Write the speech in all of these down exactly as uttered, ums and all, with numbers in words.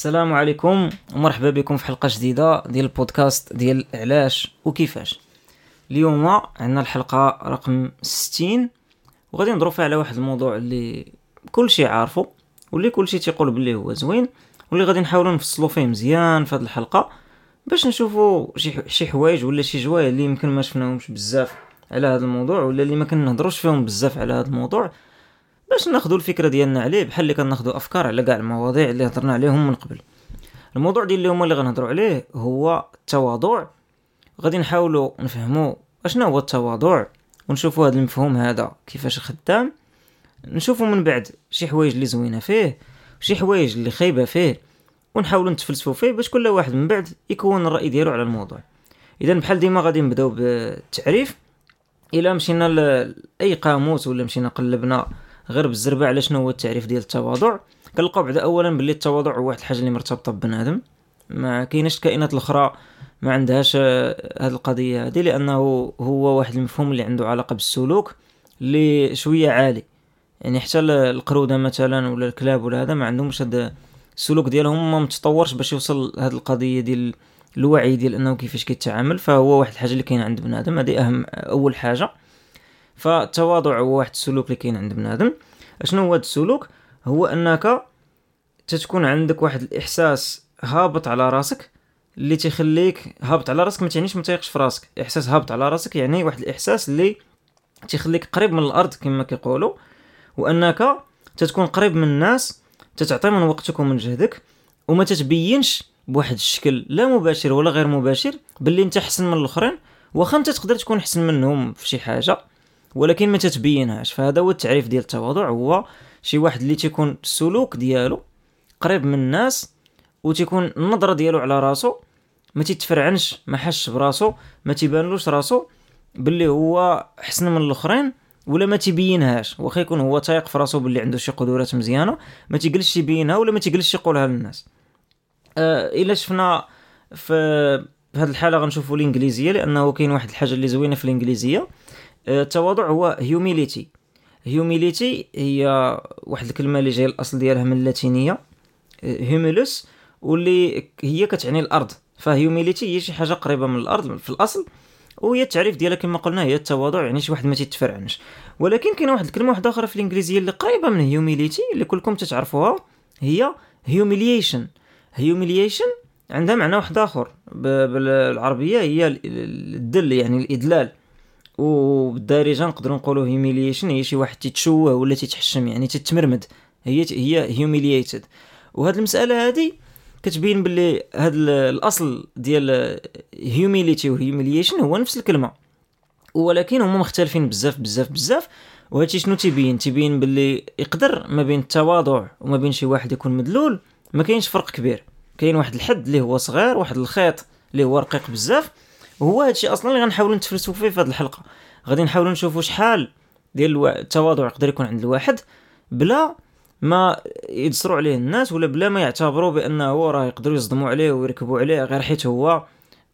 السلام عليكم ومرحبا بكم في حلقة جديدة ديال البودكاست ديال علاش وكيفاش. اليوم عندنا الحلقة رقم ستين وغادي نضرب فيها على واحد الموضوع اللي كل شيء عارفه واللي كل شيء تيقول باللي هو زوين واللي غادي نحاولوا نفصلوا فيه مزيان في هذه الحلقة باش نشوفوا شي شي حوايج ولا شي جوايه اللي يمكن ما شفناهمش بزاف على هذا الموضوع ولا اللي ما كنهضروش فيهم بزاف على هذا الموضوع باش ناخذوا الفكره ديالنا عليه بحال اللي كناخذوا افكار على كاع المواضيع اللي هضرنا عليهم من قبل. الموضوع ديال اليوم اللي غنهضروا عليه هو التواضع. غادي نحاولوا نفهموا اشنا هو التواضع ونشوفوا هذا المفهوم هذا كيفاش خدام، نشوفوا من بعد شي حوايج اللي زوينه فيه وشي حوايج اللي خايبه فيه ونحاولوا نتفلسفوا فيه باش كل واحد من بعد يكون الراي ديالو على الموضوع. اذا بحال ديما غادي نبداو بالتعريف. الا مشينا لاي قاموس ولا مشينا قلبنا غير بالزربه على شنو هو التعريف ديال التواضع، كنلقاو بعدا اولا باللي التواضع هو واحد الحاجه اللي مرتبطه ببنادم، ما كايناش الكائنات الاخرى ما عندهاش هذه القضيه هذه، لانه هو واحد المفهوم اللي عنده علاقه بالسلوك اللي شويه عالي. يعني حتى القروده مثلا ولا الكلاب ولا هذا ما عندهمش هذا السلوك ديالهم، ما متطورش باش يوصل هذه القضيه ديال الوعي ديال انه كيفاش كيتعامل. فهو واحد الحاجه اللي كاين عند بنادم، هذه اهم اول حاجه. فالتواضع هو واحد السلوك اللي كاين عند بنادم. اشنو هو هذا السلوك؟ هو انك تتكون عندك واحد الاحساس هابط على راسك اللي تيخليك هابط على راسك، ما تعنيش ما تيقش في راسك، احساس هابط على راسك يعني واحد الاحساس اللي تيخليك قريب من الارض كما كيقولوا، وانك تتكون قريب من الناس، تتعطي من وقتك ومن جهدك وما تتبينش بواحد الشكل لا مباشر ولا غير مباشر باللي انت احسن من الاخرين، واخا انت تقدر تكون احسن منهم في شي حاجه ولكن ما تتبينهاش. فهذا هو التعريف ديال التواضع، هو شي واحد اللي تيكون السلوك ديالو قريب من الناس وتيكون النظره ديالو على راسو ما تتفرعنش، ما حش براسو، ما تيبانلوش راسو باللي هو احسن من الاخرين ولا ما تيبينهاش، واخا يكون هو تايق في راسو باللي عنده شي قدرات مزيانه ما تيجلسش يبينها ولا ما تيجلسش يقولها للناس. آه الا شفنا في هذه الحاله غنشوفوا الانجليزيه، لانه كاين واحد الحاجه اللي زوينه في الانجليزيه. التواضع هو humility. humility هي واحد الكلمه اللي جايه الاصل ديالها من اللاتينيه humilus، واللي هي كتعني الارض. فهيوميليتي هي شي حاجه قريبه من الارض في الاصل، وهي التعريف ديالها كما قلنا هي التواضع، يعني شي واحد ما تيتفرعنش. ولكن كاينه واحد الكلمه واحده اخرى في الانجليزيه اللي قريبه من humility اللي كلكم تتعرفوها، هي humiliation. humiliation عندها معنى واحد اخر بالعربيه، هي الذل، يعني الادلال. وبالدارجه نقدروا نقولوا humiliation هي شي واحد تيتشوه ولا تيتحشم، يعني تتمرمد، هي هي humiliated. وهاد المساله هذه كتبين باللي هاد الاصل ديال humility و humiliation هو نفس الكلمه، ولكن هما مختلفين بزاف بزاف بزاف. وهادشي شنو تيبين؟ تيبين باللي يقدر ما بين التواضع وما بين شي واحد يكون مدلول ما كاينش فرق كبير، كاين واحد الحد اللي هو صغير، واحد الخيط اللي هو رقيق بزاف. وهو هادشي اصلا اللي غنحاولوا نتفلسفوا فيه في هذه الحلقه. غادي نحاولوا نشوفوا شحال ديال التواضع يقدر يكون عند الواحد بلا ما يدسروا عليه الناس ولا بلا ما يعتبروا بانه راه يقدروا يصدموا عليه ويركبوا عليه غير حيت هو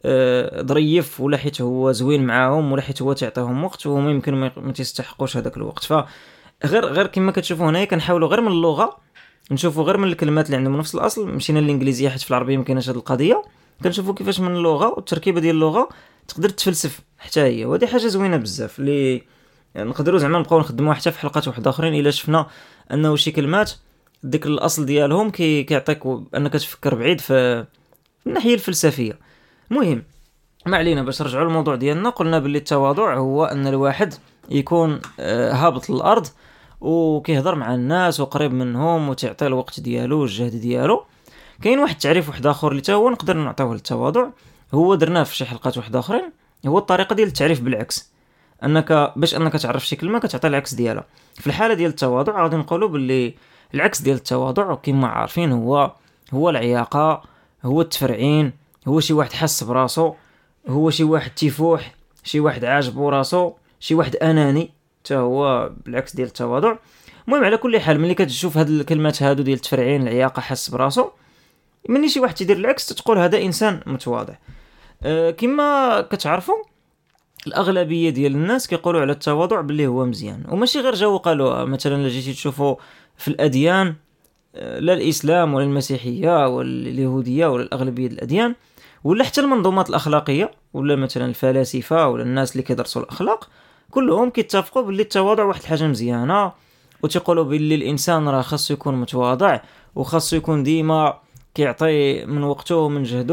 ظريف ولا حيت هو زوين معاهم ولا حيت هو تعطيهم وقت وهم يمكن ما تستحقوش هذاك الوقت. فغير غير كما كتشوفوا هنايا كنحاولوا غير من اللغه نشوفوا غير من الكلمات اللي عندهم نفس الاصل. مشينا للانجليزيه حيت في العربيه ما كايناش هذه القضيه، كنشوفوا كيفاش من اللغه والتركيبه ديال اللغه تقدر تفلسف حتى هي، وهذه حاجه زوينه بزاف اللي يعني نقدروا زعما نبقاو نخدموها حتى في حلقات واحد اخرين الا شفنا انه شي كلمات ديك الاصل ديالهم كي كيعطيك انك تفكر بعيد في الناحيه الفلسفيه. المهم ما علينا، باش نرجعوا للموضوع ديالنا. قلنا باللي التواضع هو ان الواحد يكون هابط للارض وكيهضر مع الناس وقريب منهم وتعطي الوقت ديالو والجهد ديالو. كاين واحد التعريف واحد اخر اللي تا هو نقدر نعطيوه للتواضع، هو درناه في شي حلقات واحد اخرين، هو الطريقه ديال التعريف بالعكس. انك باش انك تعرف شي كلمه كتعطي العكس ديالها. في الحاله ديال التواضع غادي نقولوا باللي العكس ديال التواضع كما عارفين هو هو العياقه، هو التفرعين، هو شي واحد حس براسو، هو شي واحد تيفوح، شي واحد عاجبو راسو، شي واحد اناني، حتى هو بالعكس ديال التواضع. المهم على كل حال ملي كتشوف هاد الكلمات هادو ديال التفرعين، العياقه، حس براسو، مني شي واحد تيدير العكس تتقول هذا انسان متواضع. أه كما كتعرفوا الاغلبيه ديال الناس كيقولوا على التواضع باللي هو مزيان، وماشي غير جاو قالوا. مثلا الا جيتي تشوفوا في الاديان لا الاسلام ولا المسيحيه ولا اليهوديه ولا الاغلبيه الاديان ولا حتى المنظومات الاخلاقيه ولا مثلا الفلاسفه ولا الناس اللي كيدرسوا الاخلاق، كلهم كيتفقوا باللي التواضع واحد الحاجه مزيانه، وتيقولوا باللي الانسان راه خاصو يكون متواضع وخاصو يكون ديما كيعطي من وقته ومن جهده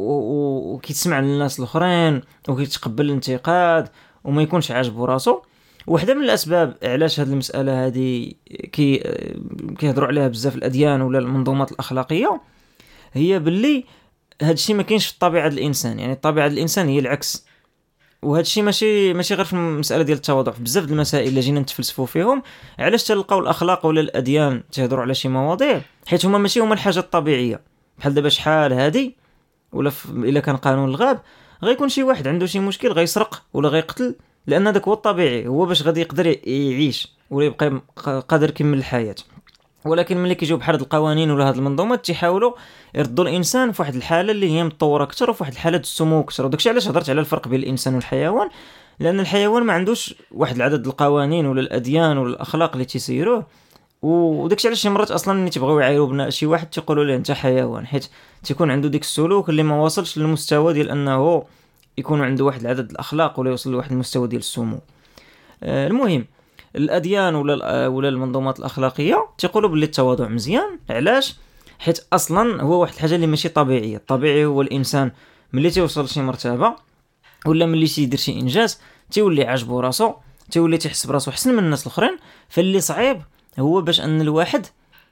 وكيتسمع للناس الاخرين وكيتقبل الانتقاد وما يكونش عاجبو راسو. واحدة من الاسباب علاش هذه المساله هذه كي كيهضروا عليها بزاف الاديان ولا المنظومات الاخلاقيه هي باللي هذا الشيء ما كاينش في الطبيعه ديال الانسان، يعني الطبيعه ديال الانسان هي العكس. وهذا الشيء ماشي ماشي غير في المساله ديال التواضع، في بزاف د المسائل اللي جينا نتفلسفوا فيهم علاش تلقاو الاخلاق ولا الاديان تهضروا على شي مواضيع حيت هما ماشي هما الحاجه الطبيعيه. بحال دابا شحال هادي ولا الا كان قانون الغاب غيكون شي واحد عنده شي مشكل غيسرق ولا غيقتل، لان هذاك هو الطبيعي، هو باش غادي يقدر يعيش ولا يبقى قادر يكمل الحياه. ولكن ملي كيجيو بحال هاد القوانين ولا هاد المنظومات تيحاولوا يردوا الانسان في واحد الحاله اللي هي متطوره اكثر وفي واحد الحاله السمو اكثر. وداكشي علاش هضرت على الفرق بين الانسان والحيوان، لان الحيوان ما عندوش واحد العدد القوانين ولا الاديان ولا الاخلاق اللي تيسيروه. وداكشي علاش شي مرات اصلا ملي تيبغيو يعايروا بنا شي واحد تيقولوا ليه انت حيوان، حيت تيكون عنده ديك السلوك اللي ما واصلش للمستوى ديال انه يكون عنده واحد العدد الاخلاق ولا يوصل لواحد المستوى ديال السمو. آه المهم الاديان ولا ولا المنظومات الاخلاقيه تيقولوا باللي التواضع مزيان. علاش؟ حيت اصلا هو واحد الحاجه اللي ماشي طبيعيه. الطبيعي هو الانسان ملي تيوصل لشي مرتبه ولا ملي تيدير شي انجاز تيولي عاجبو راسو، تيولي تيحس براسو احسن من الناس الاخرين. فاللي صعيب هو باش ان الواحد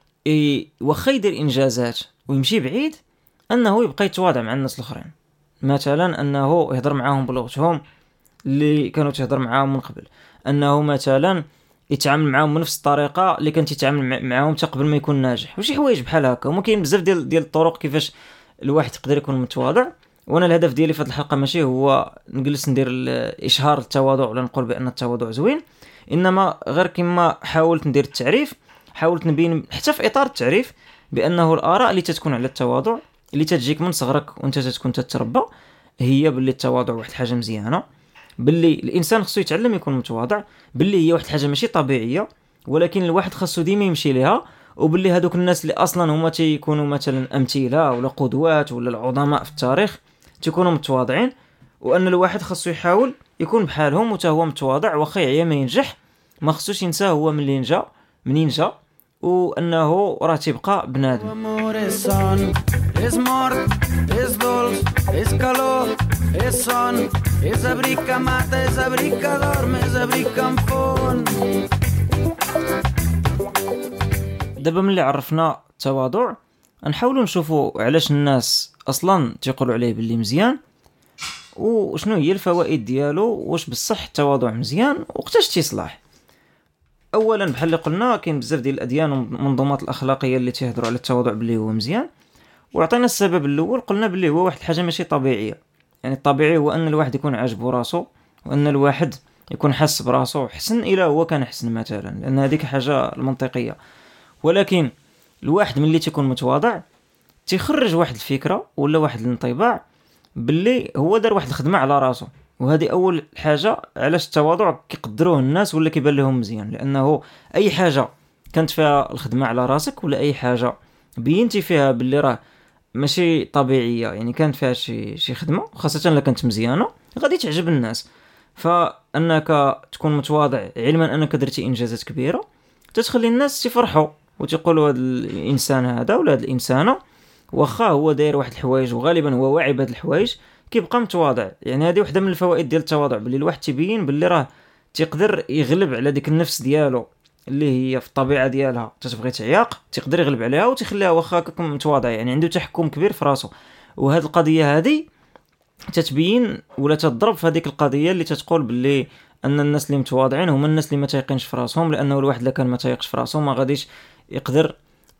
واخا يدير انجازات ويمشي بعيد انه يبقى يتواضع مع الناس الاخرين. مثلا انه يهضر معاهم بلغتهم اللي كانوا تهضر معاهم من قبل، انه مثلا يتعامل معاهم بنفس الطريقه اللي كان يتعامل معاهم حتى قبل ما يكون ناجح، وشي حوايج بحال هكا. وممكن بزاف ديال ديال الطرق كيفاش الواحد يقدر يكون متواضع. وانا الهدف ديالي في هذه الحلقه ماشي هو نجلس ندير اشهار التواضع ولا نقول بان التواضع زوين، انما غير كما حاولت ندير التعريف، حاولت نبين حتى في اطار التعريف بانه الاراء اللي تتكون على التواضع اللي تتجيك من صغرك وانت تتكون تتربى هي باللي التواضع واحد حاجه مزيانه، باللي الانسان خصو يتعلم يكون متواضع، باللي هي واحد الحاجه ماشي طبيعيه ولكن الواحد خصو ديما يمشي ليها، وباللي هذوك الناس اللي اصلا هما تيكونوا مثلا امثله ولا قدوات ولا العظماء في التاريخ تيكونوا متواضعين، وان الواحد خصو يحاول يكون بحالهم وتا هو متواضع واخا يعيا ما ينجح ما خصوش ينسى هو منين جا منين جا وانه راه تيبقى بنادم. Es mort, es dolç, es calor, es son, es abric que mata, es abric que dorm, es abric que enfon. دابا ملي عرفنا التواضع نحاولوا نشوفوا علاش الناس اصلا تيقولوا عليه باللي مزيان وشنو هي الفوائد ديالو، واش بصح التواضع مزيان وقتاش تيصلح. اولا بحال اللي قلنا كاين بزاف ديال الاديان والمنظومات الاخلاقيه اللي تيهضروا على التواضع باللي هو مزيان، وعطينا السبب الاول قلنا باللي هو واحد الحاجه ماشي طبيعيه. يعني الطبيعي هو ان الواحد يكون عاجبو راسو وان الواحد يكون حاس براسو حسن الى هو كان حسن مثلا، لان هذيك حاجه المنطقيه. ولكن الواحد ملي تيكون متواضع تيخرج واحد الفكره ولا واحد الانطباع باللي هو دار واحد الخدمه على راسو، وهذه اول حاجه علاش التواضع كيقدروه الناس ولا كيبان لهم مزيان، لانه اي حاجه كانت فيها الخدمه على راسك ولا اي حاجه بينتي فيها باللي راه ماشي طبيعيه، يعني كانت فيها شي شي خدمه خاصه الا كانت مزيانه غادي تعجب الناس. فانك تكون متواضع علما انك درتي انجازات كبيره تتخلي الناس يفرحوا وتقولوا هذا الانسان هذا ولا هذه الانسانه واخا هو داير واحد الحوايج وغالبا هو واعي بهاد الحوايج كيبقى متواضع. يعني هذه وحده من الفوائد ديال التواضع، باللي الواحد تيبين باللي راه تيقدر يغلب على ديك النفس ديالو اللي هي في الطبيعه ديالها تتبغي تعياق، تقدر يغلب عليها وتخليها واخا كيكون متواضع، يعني عنده تحكم كبير في راسه. وهذه القضيه هذه تتبين ولا تضرب في هذيك القضيه اللي تتقول باللي ان الناس اللي متواضعين هما الناس اللي ما تايقينش في راسهم، لانه الواحد الا كان ما تايقش في راسه ما غاديش يقدر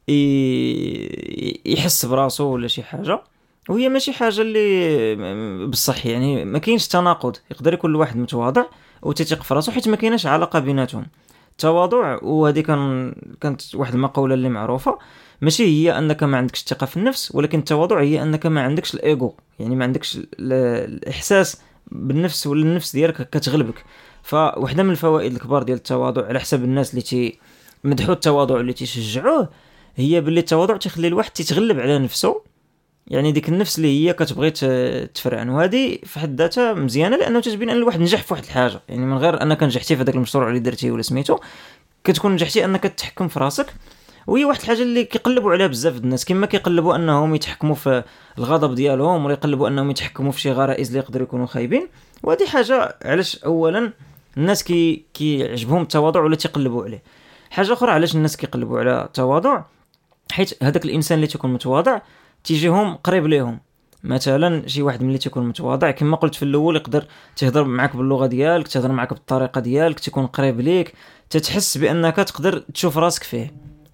يحس براسه ولا شي حاجه. وهي ماشي حاجه اللي بصح، يعني ما كاينش تناقض، يقدر يكون الواحد متواضع وتثق في راسه حيت ما كايناش علاقه بيناتهم. التواضع وهذه كان كانت واحد المقوله اللي معروفه، ماشي هي انك ما عندكش الثقه في النفس، ولكن التواضع هي انك ما عندكش الايجو، يعني ما عندكش الاحساس بالنفس ولا النفس ديالك كتغلبك. فواحده من الفوائد الكبار ديال التواضع على حسب الناس اللي تي مدحوا التواضع اللي تيشجعوه هي باللي التواضع تخلي الواحد تيتغلب على نفسه، يعني ديك النفس اللي هي كتبغي تفرعن، وهذه في حد ذاتها مزيانه لانه تتبين ان الواحد نجح في واحد الحاجه. يعني من غير انك نجحتي في هذاك المشروع اللي درتيه ولا سميتو، كتكون نجحتي انك تتحكم في راسك. وهي واحد الحاجه اللي كيقلبوا عليها بزاف الناس، كما كيقلبوا انهم يتحكموا في الغضب ديالهم، ولا يقلبوا انهم يتحكموا في شي غرائز اللي يقدروا يكونوا خايبين. وهذه حاجه علاش اولا الناس كي كيعجبهم التواضع ولا تيقلبوا عليه. حاجه اخرى علاش الناس كيقلبوا على التواضع، حيت هذاك الانسان اللي تيكون متواضع تيجيهم قريب ليهم. مثلا شي واحد ملي تيكون متواضع كما قلت في الاول يقدر تهضر معك باللغه ديالك، تهضر معك بالطريقه ديالك، تكون قريب ليك، تتحس بانك تقدر تشوف راسك فيه.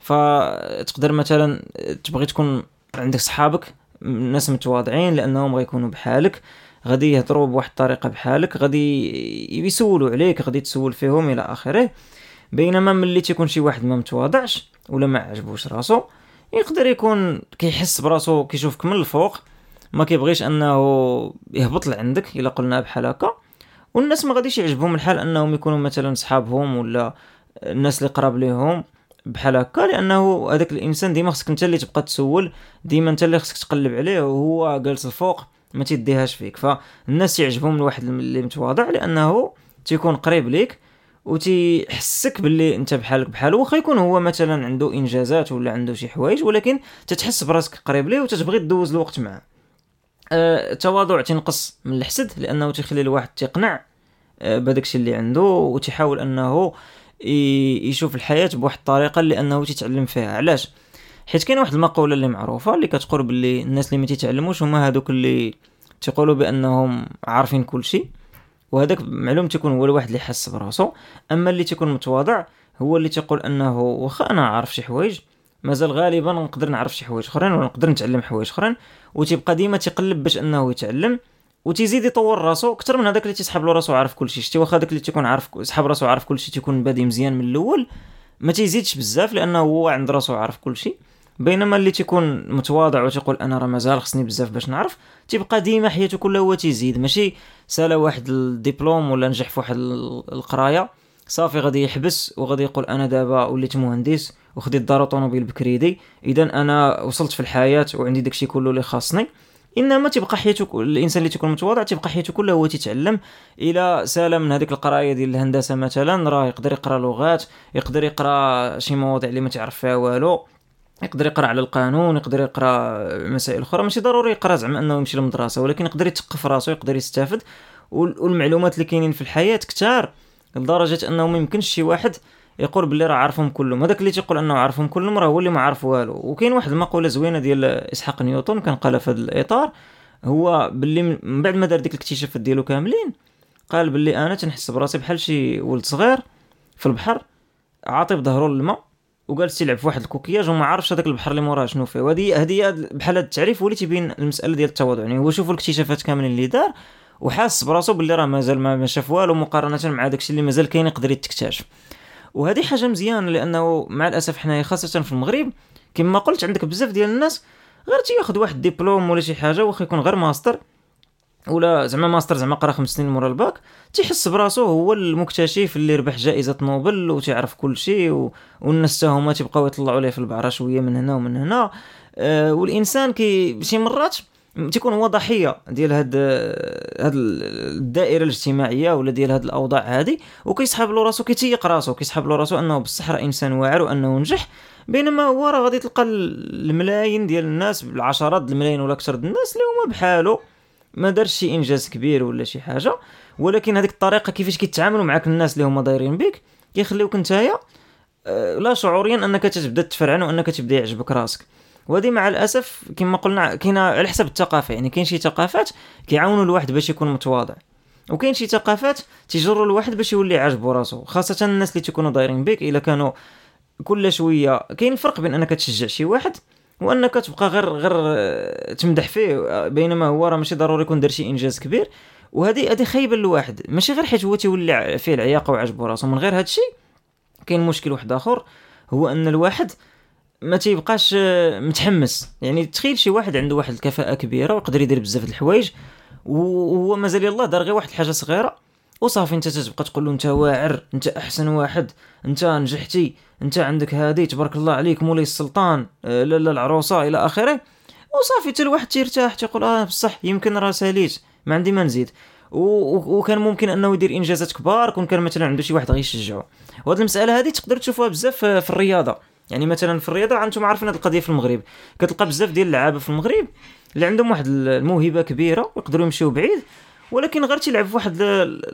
فتقدر مثلا تبغي تكون عندك صحابك ناس متواضعين لانهم غيكونوا بحالك، غادي يهضروا بواحد الطريقه بحالك، غادي يسولوا عليك، غادي تسول فيهم الى اخره. بينما ملي تيكون شي واحد ما متواضعش ولا ما عجبوش راسو، يقدر يكون كيحس براسو كيشوفك من الفوق، ما كيبغيش انه يهبط لعندك الا قلنا بحال هكا. والناس ما غاديش يعجبهم الحال انهم يكونوا مثلا صحابهم ولا الناس اللي قراب ليهم بحال هكا، لانه هذاك الانسان ديما خصك انت اللي تبقى تسول، ديما انت اللي خصك تقلب عليه، وهو جالس الفوق ما تيديهاش فيك. فالناس يعجبهم الواحد اللي متواضع لانه تيكون قريب ليك وتيحسك باللي انت بحالك بحاله، واخا يكون هو مثلا عنده انجازات ولا عنده شي حوايج، ولكن تتحس براسك قريب ليه وتتبغي تدوز الوقت معه. أه التواضع تنقص من الحسد لانه تخلي الواحد تقنع أه بهذاك الشيء اللي عنده، وتحاول انه يشوف الحياه بواحد الطريقه اللي انه تتعلم فيها. علاش؟ حيت كاين واحد المقوله اللي معروفه اللي كتقول باللي الناس اللي ما تيتعلموش هما هذوك اللي تيقولوا بانهم عارفين كل شيء، وهذاك معلوم تيكون هو الواحد اللي حس براسو. اما اللي تيكون متواضع هو اللي تيقول انه واخا انا عارف شي حوايج، مازال غالبا نقدر نعرف شي حوايج اخرين ولا نقدر نتعلم حوايج اخرين، وتيبقى ديما تيقلب باش انه يتعلم وتزيد يطور راسو اكثر من هذاك اللي تيسحب له راسو عارف كل شيء. شتي واخا داك اللي تيكون عارف سحب راسو عارف كل شيء تيكون بادي مزيان من الاول، ما تيزيدش بزاف لانه هو عند راسو عارف كل شيء. بينما اللي تيكون متواضع وتيقول انا راه مازال خصني بزاف باش نعرف، تيبقى ديما حياته كلها هو تيزيد، ماشي سالا واحد الدبلوم ولا نجح في واحد القرايه صافي غادي يحبس وغادي يقول انا دابا وليت مهندس وخديت دار طوموبيل بكريدي اذا انا وصلت في الحياه وعندي داكشي كله اللي خاصني. انما تبقى حياته الانسان اللي تيكون متواضع تبقى حياته كلها هو تيتعلم. الى سالا من هذيك القرايه ديال الهندسه مثلا راه يقدر يقرا لغات، يقدر يقرا شي مواضيع اللي ما تعرف فيها والو، يقدر يقرا على القانون، يقدر يقرا مسائل اخرى، ماشي ضروري يقرا زعما انه يمشي للمدرسه، ولكن يقدر يثقف راسو، يقدر يستافد. والمعلومات اللي كاينين في الحياه كثار لدرجه انه ما يمكنش شي واحد يقول باللي راه عارفهم كلهم. هذاك اللي تيقول انه عارفهم كلهم راه هو اللي ما عارف والو. وكاين واحد المقوله زوينه ديال اسحاق نيوتن كان قالها في هذا الاطار، هو باللي من بعد ما دار ديك الاكتشافات ديالو كاملين قال باللي انا تنحس براسي بحال شي ولد صغير في البحر عاطي بظهره للماء وجالس تيلعب في واحد الكوكياج وما عارفش هذاك البحر اللي موراه شنو فيه. وهذه هذه بحال هذا التعريف هو اللي تيبين المساله ديال التواضع. يعني هو شوفوا الاكتشافات كاملين اللي دار وحاس براسو باللي راه مازال ما شاف والو مقارنه مع داكشي اللي مازال كاين يقدر يتكتشف. وهذه حاجه مزيانه لانه مع الاسف حنايا خاصه في المغرب كما قلت عندك بزاف ديال الناس غير تياخذ واحد دبلوم ولا شي حاجه واخا يكون غير ماستر ولا زعما ماستر زعما قرا خمس سنين مورا الباك، تيحس براسو هو المكتشف اللي ربح جائزه نوبل وتيعرف كل شيء و... والناس حتى هما تيبقاو يطلعوا عليه في البعره شويه من هنا ومن هنا. أه والانسان كي شي مرات تيكون هو ضحيه ديال هاد هاد الدائره الاجتماعيه ولا ديال هاد الاوضاع هذه، وكيسحب له راسو كيتيق راسو كيسحب له راسو انه بصح راه انسان واعر وانه نجح. بينما هو راه غادي تلقى الملايين ديال الناس بالعشرات الملايين ولا اكثر د الناس اللي هما بحالو ما دارش شي انجاز كبير ولا شي حاجه، ولكن هذيك الطريقه كيفاش كيتعاملوا معاك الناس اللي هما دايرين بك كيخليوك نتايا لا شعوريا انك تبدا تفرعن وانك تبدا يعجبك راسك. وهذه مع الاسف كما قلنا كاينه على حسب الثقافه. يعني كاين شي ثقافات كيعاونوا الواحد باش يكون متواضع، وكاين شي ثقافات تيجروا الواحد باش يولي عاجبو راسو، خاصه الناس اللي تيكونوا دايرين بك الا كانوا كل شويه. كاين الفرق بين انك تشجع شي واحد وانك تبقى غير غير تمدح فيه بينما هو راه ماشي ضروري يكون دار شي انجاز كبير. وهذه هذه خايبه للواحد، ماشي غير حيت هو تيولي فيه العياقه وعجبو راسو. من غير هذا الشيء كاين مشكل واحد اخر، هو ان الواحد ما تيبقاش متحمس. يعني تخيل شي واحد عنده واحد الكفاءه كبيره ويقدر يدير بزاف د الحوايج وهو مازال يلاه دار غير واحد الحاجه صغيره وصافي انت تتبقى تقول له انت واعر، انت احسن واحد، انت نجحتي، انت عندك هذه تبارك الله عليك مولاي السلطان، لا لا العروسه الى اخره. وصافي حتى الواحد تيرتاح تيقول اه بصح يمكن راه ساليت ما عندي ما نزيد. وكان ممكن انه يدير انجازات كبار كون كان مثلا عنده شي واحد غيشجعه. وهاد المساله هذه تقدر تشوفوها بزاف في الرياضه. يعني مثلا في الرياضه انتم عارفين هذه القضيه في المغرب، كتلقى بزاف ديال اللعابه في المغرب اللي عندهم واحد الموهبه كبيره ويقدروا يمشيو بعيد، ولكن غير تيلعب في واحد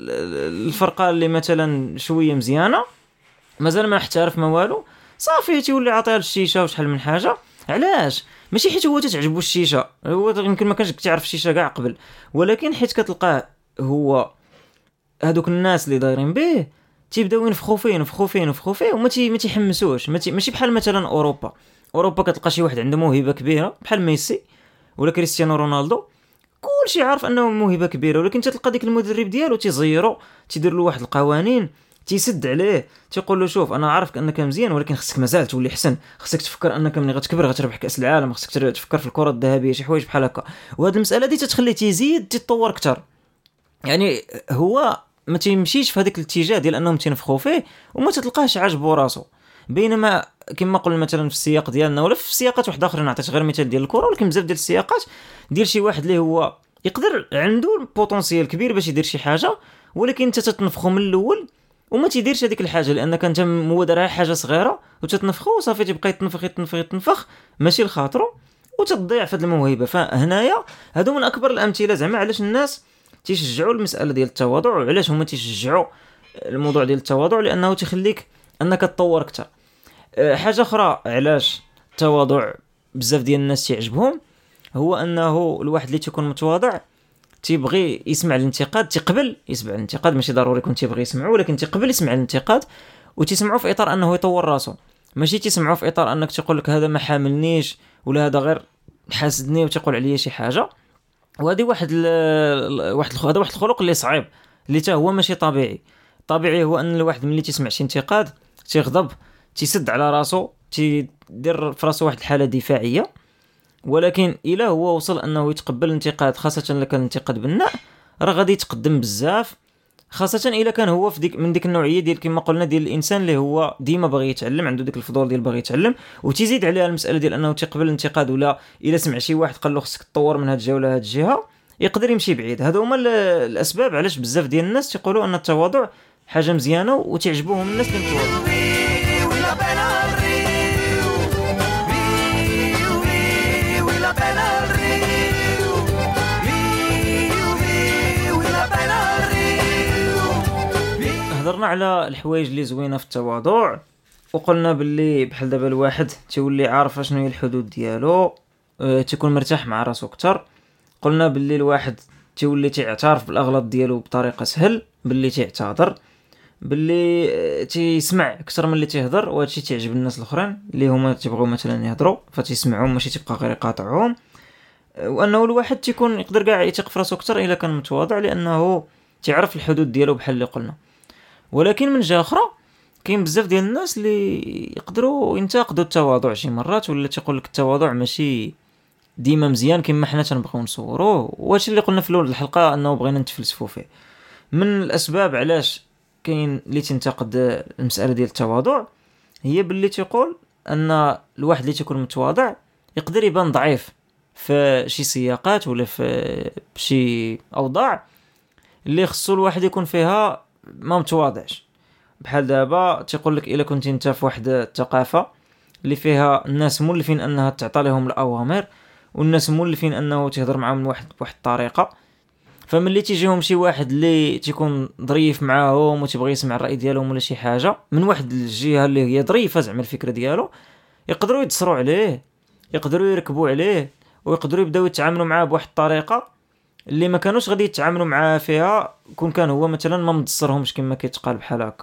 الفرقه اللي مثلا شويه مزيانه مازال ما احترف ما والو، صافي تيولي عاطيها للشيشه وشحال من حاجه. علاش؟ ماشي حيت هو تتعجبو الشيشه، هو يمكن ما كانش تعرف الشيشه كاع قبل، ولكن حيت كتلقاه هو هادوك الناس اللي دايرين به تيبداو ينفخوا فيه ينفخوا فيه ينفخوا فيه وما تي ما تيحمسوش. ماشي بحال مثلا اوروبا. اوروبا كتلقى شي واحد عنده موهبه كبيره بحال ميسي ولا كريستيانو رونالدو، كلشي عارف انه موهبه كبيره، ولكن تلقى ديك المدرب ديالو تيزيرو، تيدير له واحد القوانين، تيسد عليه، تيقول له شوف انا عارفك انك مزيان ولكن خصك مازال تولي احسن، خصك تفكر انك ملي غتكبر غتربح كاس العالم، خصك تفكر في الكره الذهبيه، شي حوايج بحال هكا. وهاد المساله دي تتخليه تيزيد تيتطور اكثر. يعني هو ما تيمشيش في هذاك الاتجاه ديال انهم تينفخوا فيه وما تتلقاهش عاجبو راسو. بينما كما قلنا مثلا في السياق ديالنا ولا في سياقات واحده اخرى، نعطيك غير مثال ديال الكره، ولكن بزاف ديال السياقات ديال شي واحد اللي هو يقدر عنده بوتنسيال كبير باش يدير شي حاجه، ولكن انت تتنفخو من الاول وما تيديرش هذيك الحاجه لانك انت هو دارها حاجه صغيره وتتنفخو وصافي تبقى يتنفخ يتنفخ يتنفخ ماشي لخاطرو وتضيع في هذه الموهبه. فهنايا هادو من اكبر الامثله زعما علاش الناس تيشجعوا المساله ديال التواضع، وعلاش هما تيشجعوا الموضوع ديال التواضع، لانه تخليك انك تطور اكثر. حاجه اخرى علاش التواضع بزاف ديال الناس تعجبهم هو انه الواحد اللي تيكون متواضع تيبغي يسمع الانتقاد، تيقبل يسمع الانتقاد، ماشي ضروري يكون تيبغي يسمعه، ولكن تيقبل يسمع الانتقاد وتسمعه في اطار انه يطور راسه، ماشي تسمعه في اطار انك تقول لك هذا ما حاملنيش ولا هذا غير حاسدني وتقول عليا شي حاجه. وهذه واحد ال... واحد الخ... هذا واحد الخلق اللي صعيب اللي حتى هو ماشي طبيعي. طبيعي هو ان الواحد ملي تسمع شي انتقاد تيغضب، تيسد على راسه، تيدير في راسه واحد الحاله دفاعيه. ولكن الا هو وصل انه يتقبل الانتقاد، خاصه الا كان الانتقاد بناء، راه غادي يتقدم بزاف، خاصه الا كان هو في ديك من ديك النوعيه ديال كما قلنا ديال الانسان اللي هو ديما باغي يتعلم، عنده ديك الفضول ديال باغي يتعلم، وتزيد عليها المساله ديال انه تيقبل الانتقاد، ولا الا سمع شي واحد قال له خصك تطور من هاد الجهه ولا هاد الجهه يقدر يمشي بعيد. هادو هما الاسباب علاش بزاف ديال الناس تيقولوا ان التواضع حاجه مزيانه وتعجبوهم الناس اللي متواضعين. هضرنا على الحوايج اللي زوينه في التواضع، وقلنا باللي بحال دابا الواحد تيولي عارف شنو هي الحدود ديالو، أه تيكون مرتاح مع راسو اكثر. قلنا باللي الواحد تيولي تيعترف بالاغلاط ديالو بطريقه سهل، باللي تيعتذر، باللي تيسمع اكثر من اللي تيهضر، وهذا الشيء تيعجب الناس الاخرين اللي هما تيبغوا مثلا يهضروا فتيسمعوا ماشي تبقى غير يقاطعوهم. وانه الواحد تيكون يقدر كاع يثق في راسو اكثر الا كان متواضع، لانه تيعرف الحدود ديالو بحال اللي قلنا. ولكن من جهه اخرى كاين بزاف ديال الناس اللي يقدروا ينتقدوا التواضع شي مرات، ولا تيقول لك التواضع ماشي ديما مزيان كما حنا تنبغيو نصوروه. واش اللي قلنا في اول الحلقه انه بغينا نتفلسفوا فيه. من الاسباب علاش كاين اللي تنتقد المساله ديال التواضع هي باللي تيقول ان الواحد اللي تيكون متواضع يقدر يبان ضعيف في شي سياقات ولا في شي اوضاع اللي خصو الواحد يكون فيها ما متواضعش. بحال دابا تيقول لك الا كنت انت في واحد الثقافه اللي فيها الناس مولفين انها تعطي لهم الاوامر، والناس مولفين انه تهضر معاهم واحد بواحد الطريقه، فملي تيجيهم شي واحد اللي تيكون ظريف معاهم وتيبغي يسمع الراي ديالهم ولا شي حاجه من واحد الجهه اللي هي ظريفه زعما الفكره ديالو، يقدروا يتصروا عليه، يقدروا يركبوا عليه، ويقدروا يبداو يتعاملوا معاه بواحد الطريقه اللي ما كانوش غادي يتعاملوا معاه فيها كون كان هو مثلا ما مدصرهمش كما كيتقال بحال هكا.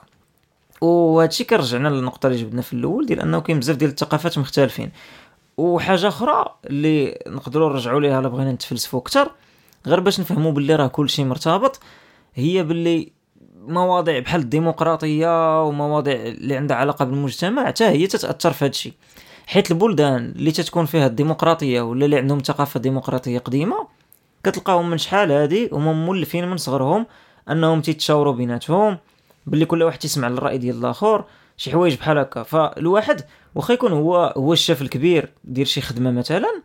وهادشي كرجعنا للنقطه اللي جبدنا في الاول ديال انه كاين بزاف ديال الثقافات مختلفين. وحاجه اخرى اللي نقدروا نرجعوا ليها الا بغينا نتفلسفوا اكثر غير باش نفهموا باللي راه كل شيء مرتبط، هي باللي مواضيع بحال الديمقراطيه ومواضيع اللي عندها علاقه بالمجتمع حتى هي تتاثر في هادشي. حيت البلدان اللي تتكون فيها الديمقراطيه ولا اللي عندهم ثقافه ديمقراطيه قديمه كتلقاهم من شحال هادي هما مولفين من صغرهم انهم تيتشاوروا بيناتهم، باللي كل واحد تسمع للراي ديال الاخر، شي حوايج بحال هكا. فالواحد واخا يكون هو هو الشاف الكبير دير شي خدمه مثلا،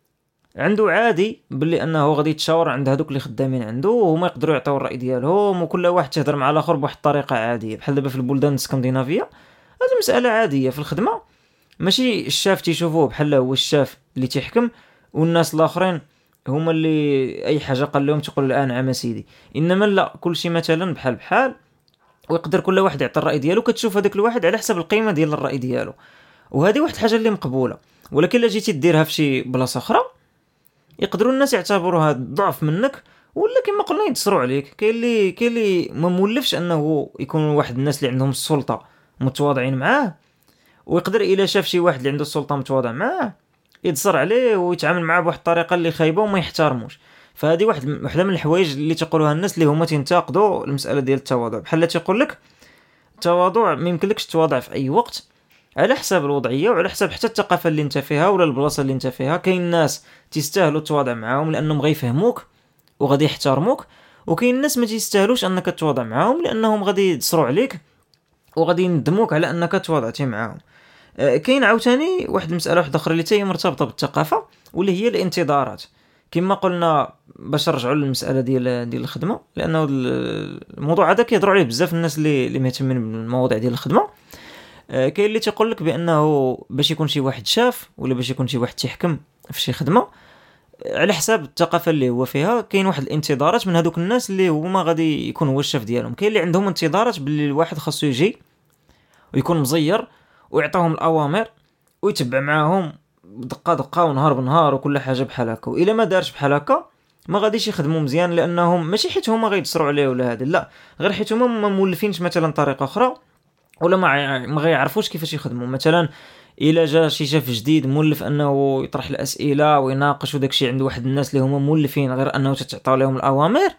عنده عادي باللي انه غادي يتشاور عند هذوك اللي خدامين عنده، وهما يقدروا يعطيو الراي ديالهم، وكل واحد تهضر مع الاخر بواحد الطريقه عاديه. بحال دابا في البلدان الاسكندنافيه هذه مساله عاديه في الخدمه، ماشي الشاف تيشوفوه بحال هو الشاف اللي تيحكم، والناس الاخرين هما اللي اي حاجه قال لهم تقول الان نعم سيدي. انما لا، كل شيء مثلا بحال بحال، ويقدر كل واحد يعطي الراي ديالو، كتشوف هذاك الواحد على حسب القيمه ديال الراي ديالو، وهذه واحد الحاجه اللي مقبوله. ولكن الا جيتي ديرها في شي بلاصه اخرى يقدروا الناس يعتبروها ضعف منك، ولا كما قلنا يتصروا عليك. كاين اللي كاين اللي ما مولفش انه يكون واحد الناس اللي عندهم السلطه متواضعين معاه، ويقدر الا شاف شي واحد اللي عنده السلطه متواضع معاه يتصر عليه ويتعامل معاه بواحد الطريقه اللي خايبه وما يحترموش. فهذه واحد وحده من الحوايج اللي تقولوها الناس اللي هما تنتقدوا المساله ديال التواضع. بحال تيقول لك التواضع ما يمكنلكش تواضع في اي وقت، على حساب الوضعيه وعلى حساب حتى الثقافه اللي انت فيها ولا البلاصه اللي انت فيها. كاين ناس تستاهلوا تواضع معاهم لانهم غيفهموك وغادي يحترموك، وكاين الناس ما تيستاهلوش انك تواضع معاهم لانهم غادي يتصروا عليك وغادي يندموك على انك تواضعتي معاهم. أه كاين عاوتاني واحد المساله واحده اخرى اللي هي مرتبطه بالثقافه، واللي هي الانتظارات. كما قلنا باش نرجعوا للمساله ديال ديال الخدمه، لانه الموضوع هذا كيهضروا عليه بزاف الناس اللي اللي مهتمين بالمواضيع ديال الخدمه. أه كاين اللي تيقول لك بانه باش يكون شي واحد شاف ولا باش يكون شي واحد تيحكم في شي خدمه على حساب الثقافه اللي هو فيها، كاين واحد الانتظارات من هذوك الناس اللي هما غادي يكون هو الشاف ديالهم. كاين اللي عندهم انتظارات باللي الواحد خاصو يجي ويكون مزير ويعطيهم الاوامر ويتبع معاهم دقه دقه ونهار بنهار وكل حاجه بحال هكا، والا ما دارش بحال هكا ما غاديش يخدموا مزيان، لانهم ماشي حيت هما غيتصروا عليه ولا هذا، لا، غير حيت هما ما مولفينش مثلا طريقه اخرى، ولا ما ما غيعرفوش كيفاش يخدموا. مثلا الا جا شي شاف جديد مولف انه يطرح الاسئله ويناقش وداكشي، عنده واحد الناس اللي هما مولفين غير انه تتعطاو لهم الاوامر،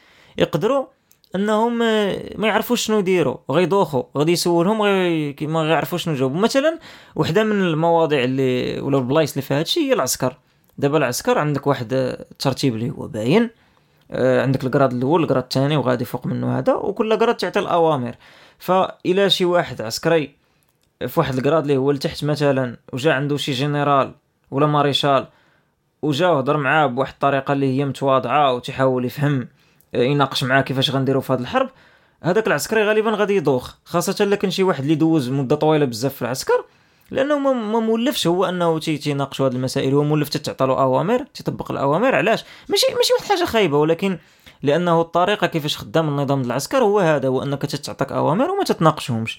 يقدروا انهم ما يعرفوش شنو يديروا وغيدوخوا، غادي يسولهم غي ما غيعرفوش شنو يجاوبوا. مثلا وحده من المواضيع اللي ولا البلايص اللي فيها هادشي هي العسكر. دابا العسكر عندك واحد الترتيب اللي هو باين، عندك القراد الاول القراد الثاني وغادي فوق منه هذا، وكل قراد تعطي الاوامر. فإلا شي واحد عسكري في واحد القراد اللي هو لتحت مثلا، وجا عنده شي جنرال ولا ماريشال وجا هضر معاه بواحد الطريقه اللي هي متواضعه وتحاول يفهم يناقش معاه كيفاش غنديروا في هذه الحرب، هذاك العسكري غالبا غادي يدوخ، خاصه الا كان شي واحد اللي دوز مده طويله بزاف في العسكر، لانه ما مولفش هو انه تيناقش هذه المسائل، هو مولف تتعطى له اوامر تطبق الاوامر. علاش؟ ماشي ماشي واحد حاجه خايبه، ولكن لانه الطريقه كيفاش خدام النظام ديال العسكر هو هذا، هو انك تتعطاك اوامر وما تتناقشهمش.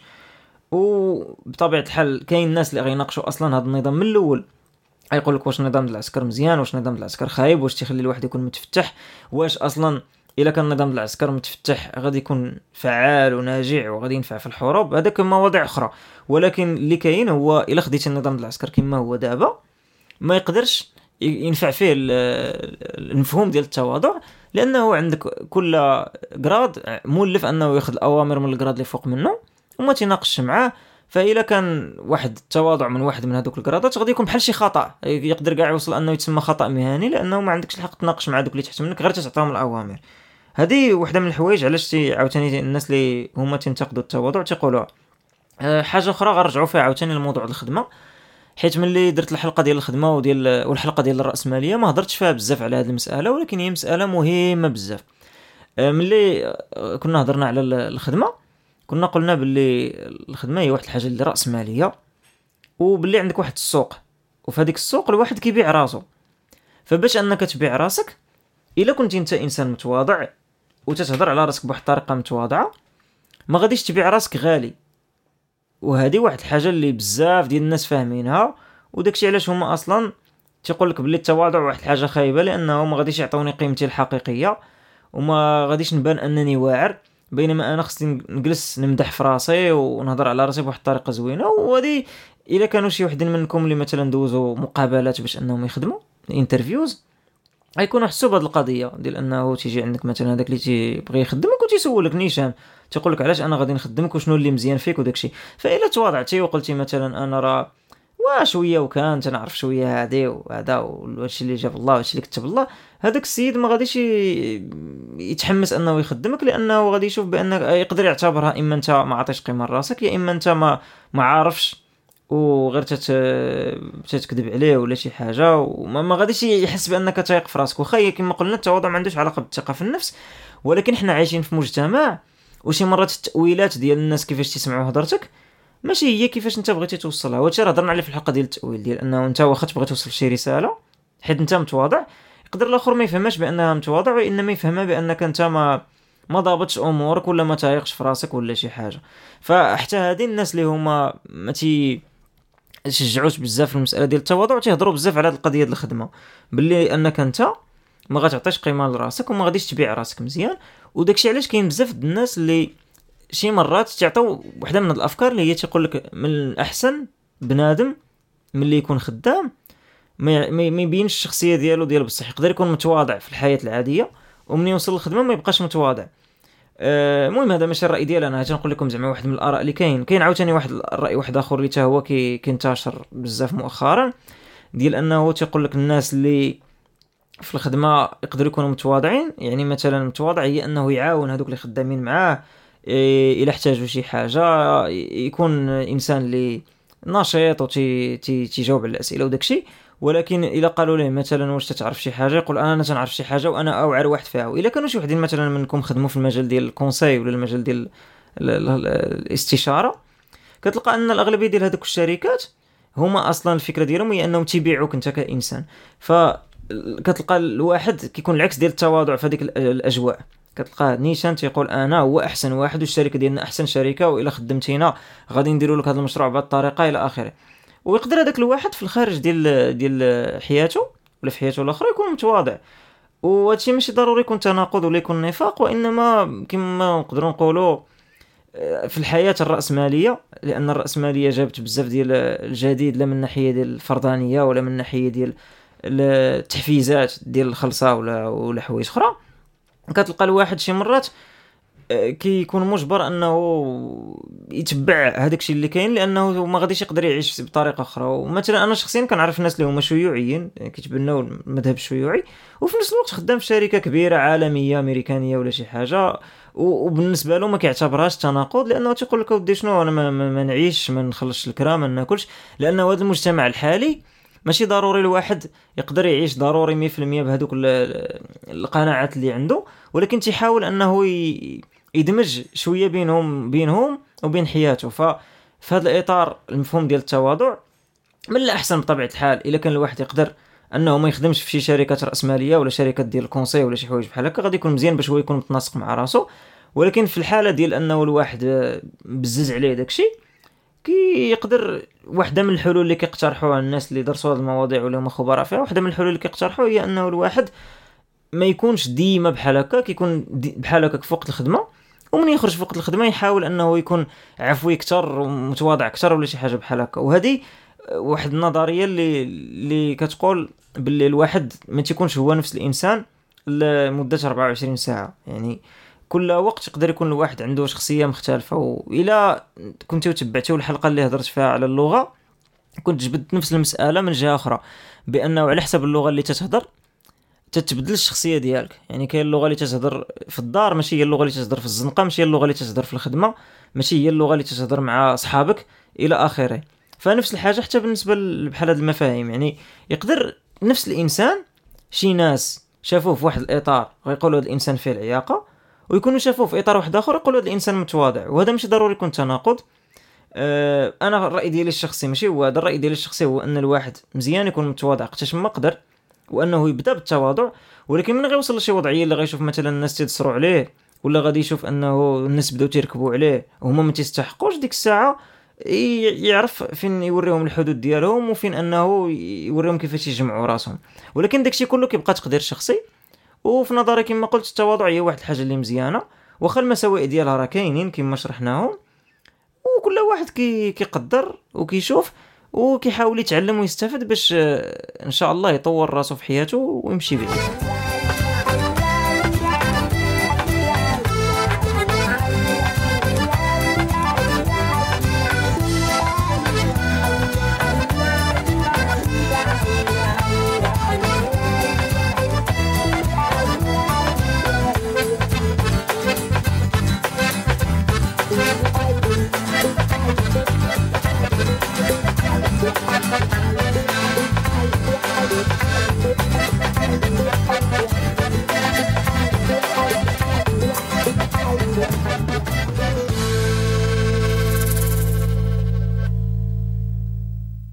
وبطبيعه الحال كاين الناس اللي غيناقشوا اصلا هذا النظام من الاول، يقول لك واش النظام ديال العسكر مزيان، واش النظام ديال العسكر خايب، واش تيخلي الواحد يكون متفتح، واش اصلا الا كان النظام ديال العسكر متفتح غادي يكون فعال وناجع وغادي ينفع في الحروب. هذاك مواضيع اخرى، ولكن اللي كاين هو الا خديتي النظام ديال العسكر كما هو دابا ما يقدرش ينفع فيه المفهوم ديال التواضع، لانه عندك كل قراد مولف انه ياخذ الاوامر من القراد اللي فوق منه وما تيناقش معاه. فإلا كان واحد التواضع من واحد من هذوك القرادات غادي يكون بحال شي خطا، يقدر كاع يوصل انه يتسمى خطا مهني، لانه ما عندكش الحق تناقش مع دوك اللي تحت منك غير تعطيهم الاوامر. هذه وحده من الحوايج علاش تي عاوتاني الناس اللي هما تنتقدوا التواضع تيقولوا. أه حاجه اخرى غنرجعوا فيها عاوتاني لموضوع الخدمه، حيت ملي درت الحلقه ديال الخدمه وديال والحلقه ديال الراسماليه ما هضرتش فيها بزاف على هذه المساله، ولكن هي مساله مهمه بزاف. أه ملي كنا هضرنا على الخدمه كنا قلنا باللي الخدمه هي واحد الحاجه اللي راس ماليه، وباللي عندك واحد السوق، وفي هذيك السوق الواحد كيبيع راسو. فباش انك تبيع راسك، الا كنت انت انسان متواضع وتتهضر على راسك بواحد الطريقه متواضعه، ما غاديش تبيع راسك غالي. وهذه واحد الحاجه اللي بزاف ديال الناس فاهمينها، وداكشي علاش هما اصلا تيقول لك باللي التواضع واحد الحاجه خايبه، لانه ما غاديش يعطوني قيمتي الحقيقيه وما غاديش نبان انني واعر، بينما انا خصني نجلس نمدح في راسي ونهضر على راسي بواحد الطريقه زوينه. وهذه الا كانوا شي وحدين منكم اللي مثلا دوزوا مقابلات باش انهم يخدموا انترفيوز غيكونوا حسوا بهذه القضيه ديال انه تيجي عندك مثلا هذاك اللي تيبغي يخدمك وتيسولك نيشان، تيقول لك علاش انا غادي نخدمك وشنو اللي مزيان فيك وداكشي. فالا تواضعتي وقلتي مثلا انا راه وشويه وكان تنعرف شويه هادي وهذا وهادشي اللي جاب الله وهادشي اللي كتب الله، هذاك السيد ما غاديش يتحمس انه يخدمك، لانه غادي يشوف بان يقدر يعتبرها اما انت ما عطيش قيمه لراسك، يا اما انت ما ما عارفش وغير تت تتكذب عليه ولا شي حاجه، وما ما غاديش يحس بانك تايق في راسك. واخا كما قلنا التواضع ما عندوش علاقه بالثقه في النفس، ولكن حنا عايشين في مجتمع وشي مرات التاويلات ديال الناس كيفاش تسمعوا هضرتك ماشي هي كيفاش انت بغيتي توصلها. وهادشي راه هضرنا عليه في الحلقه ديال التاويل، ديال انه انت واخا تبغي توصل شي رساله حيت انت متواضع، يقدر الاخر ما يفهمش بانها متواضع، وانما يفهمها بانك انت ما ما ضابطش امورك ولا ما تايقش في راسك ولا شي حاجه. فحتى هذه الناس اللي هما ما تي شجعوش بزاف في المساله ديال التواضع تيهضروا بزاف على هذه القضيه ديال الخدمه، باللي انك انت ما غاتعطيش قيمه لراسك وما غاديش تبيع راسك مزيان. وداكشي علاش كاين بزاف د الناس اللي شي مرات تعطيو وحده من الافكار اللي هي تيقول لك من الاحسن بنادم ملي يكون خدام ما ما يبينش الشخصيه ديالو ديال بصح، يقدر يكون متواضع في الحياه العاديه ومن يوصل للخدمه ما يبقاش متواضع. المهم هذا ماشي الراي ديالي انا، نقول لكم زعما واحد من الاراء اللي كاين. كاين عاوتاني واحد الراي واحد اخر اللي حتى هو كي كينتشر بزاف مؤخرا، ديال انه تيقول لك الناس اللي في الخدمه يقدروا يكونوا متواضعين، يعني مثلا متواضع هي انه يعاون هذوك اللي خدامين معاه الى احتاجوا شي حاجه، يكون انسان اللي نشيط وتي تي تيجاوب على الاسئله وداكشي. ولكن الا قالوا له مثلا واش تعرف شي حاجه يقول انا انا تنعرف شي حاجه وانا اوعر واحد فيها. الا كانوا شي وحدين مثلا منكم خدموا في المجال ديال الكونساي ولا المجال ديال الاستشاره، كتلقى ان الاغلبيه ديال هذوك الشركات هما اصلا الفكره ديالهم هي انهم تيبيعوك انت كانسان. فكتلقى الواحد كيكون العكس ديال التواضع في هذيك الاجواء، كتلقى نيشان تيقول انا هو احسن واحد والشركه ديالنا احسن شركه، والا خدمتينا غادي نديروا لك هذا المشروع بهذه الطريقه الى اخره. ويقدر هذاك الواحد في الخارج ديال ديال حياته ولا في حياته الاخرى يكون متواضع، وهادشي ماشي ضروري يكون تناقض ولا يكون نفاق، وانما كما نقدروا نقولوا في الحياه الراسماليه، لان الراسماليه جابت بزاف ديال الجديد لا من ناحيه ديال الفردانيه ولا من ناحيه ديال التحفيزات ديال الخلصه ولا ولا حوايج اخرى. كتلقى الواحد شي مرات كيكون مجبر انه يتبع هذاك الشيء اللي كاين، لانه ما غاديش يقدر يعيش بطريقه اخرى. ومثلا انا شخصيا كنعرف الناس اللي هما شيوعيين كيتبناو المذهب الشيوعي، وفي نفس الوقت خدام في شركه كبيره عالميه امريكانيه ولا شي حاجه، وبالنسبه له ما كيعتبرهاش تناقض، لانه تيقول لك ودي شنو انا ما, ما, ما نعيش ما نخلصش الكرا ما ناكلش. لانه هذا المجتمع الحالي ماشي ضروري الواحد يقدر يعيش ضروري مية في المية بهذوك القناعات اللي عنده، ولكن تيحاول انه يدمج شويه بينهم بينهم وبين حياته. ففي هذا الاطار المفهوم ديال التواضع من الاحسن بطبيعه الحال الا كان الواحد يقدر انه ما يخدمش في شي شركات راسماليه ولا شركات ديال الكونسي ولا شي حوايج بحال هكا، غادي يكون مزيان باش هو يكون متناسق مع راسه. ولكن في الحاله ديال انه الواحد بزز عليه داكشي، كي يقدر واحده من الحلول اللي كيقترحوها الناس اللي درسوا هذه المواضيع ولا هما خبراء فيها، واحده من الحلول اللي كيقترحوها هي انه الواحد ما يكونش ديما بحال هكا، كيكون بحال هكا في وقت الخدمه، ومن يخرج في وقت الخدمه يحاول انه يكون عفوي اكثر ومتواضع اكثر ولا شي حاجه بحال هكا. وهذه واحد النظريه اللي اللي كتقول باللي الواحد ما تيكونش هو نفس الانسان لمده أربعة وعشرين ساعه، يعني كل وقت يقدر يكون الواحد عنده شخصيه مختلفه. والى كنتو تبعتوا الحلقه اللي هضرت فيها على اللغه كنت جبت نفس المساله من جهه اخرى، بانه على حسب اللغه اللي تتهضر تتبدل الشخصيه ديالك. يعني كاين اللغه اللي تتهضر في الدار ماشي هي اللغه اللي تتهضر في الزنقه، ماشي هي اللغه اللي تتهضر في الخدمه، ماشي هي اللغه اللي تتهضر مع اصحابك الى اخره. فنفس الحاجه حتى بالنسبه بحال هذه المفاهيم، يعني يقدر نفس الانسان شي ناس شافوه في واحد الاطار ويقولوا هذا الانسان فيه العياقه، ويكونوا شافوه في اطار واحد اخر يقولوا هذا الانسان متواضع. وهذا ماشي ضروري يكون تناقض. أه انا الراي ديالي الشخصي ماشي هو هذا، الراي ديالي الشخصي هو ان الواحد مزيان يكون متواضع قداش ما قدر، وانه يبدا بالتواضع، ولكن من غيوصل لشي وضعيه اللي غيشوف مثلا الناس تيدسروا عليه ولا غادي يشوف انه الناس بداو تيركبوا عليه وهما ما تيستحقوش، ديك الساعه يعرف فين يوريهم الحدود ديالهم وفين انه يوريهم كيفاش يجمعوا راسهم. ولكن داكشي كله كيبقى تقدير شخصي. وفي نظري كما قلت التواضع هي واحد الحاجه اللي مزيانه، واخا المساوئ ديالها راه كاينين كما شرحناهم، وكل واحد كي كيقدر وكيشوف وكيحاول يتعلم ويستفد باش ان شاء الله يطور راسه في حياته ويمشي بعيد.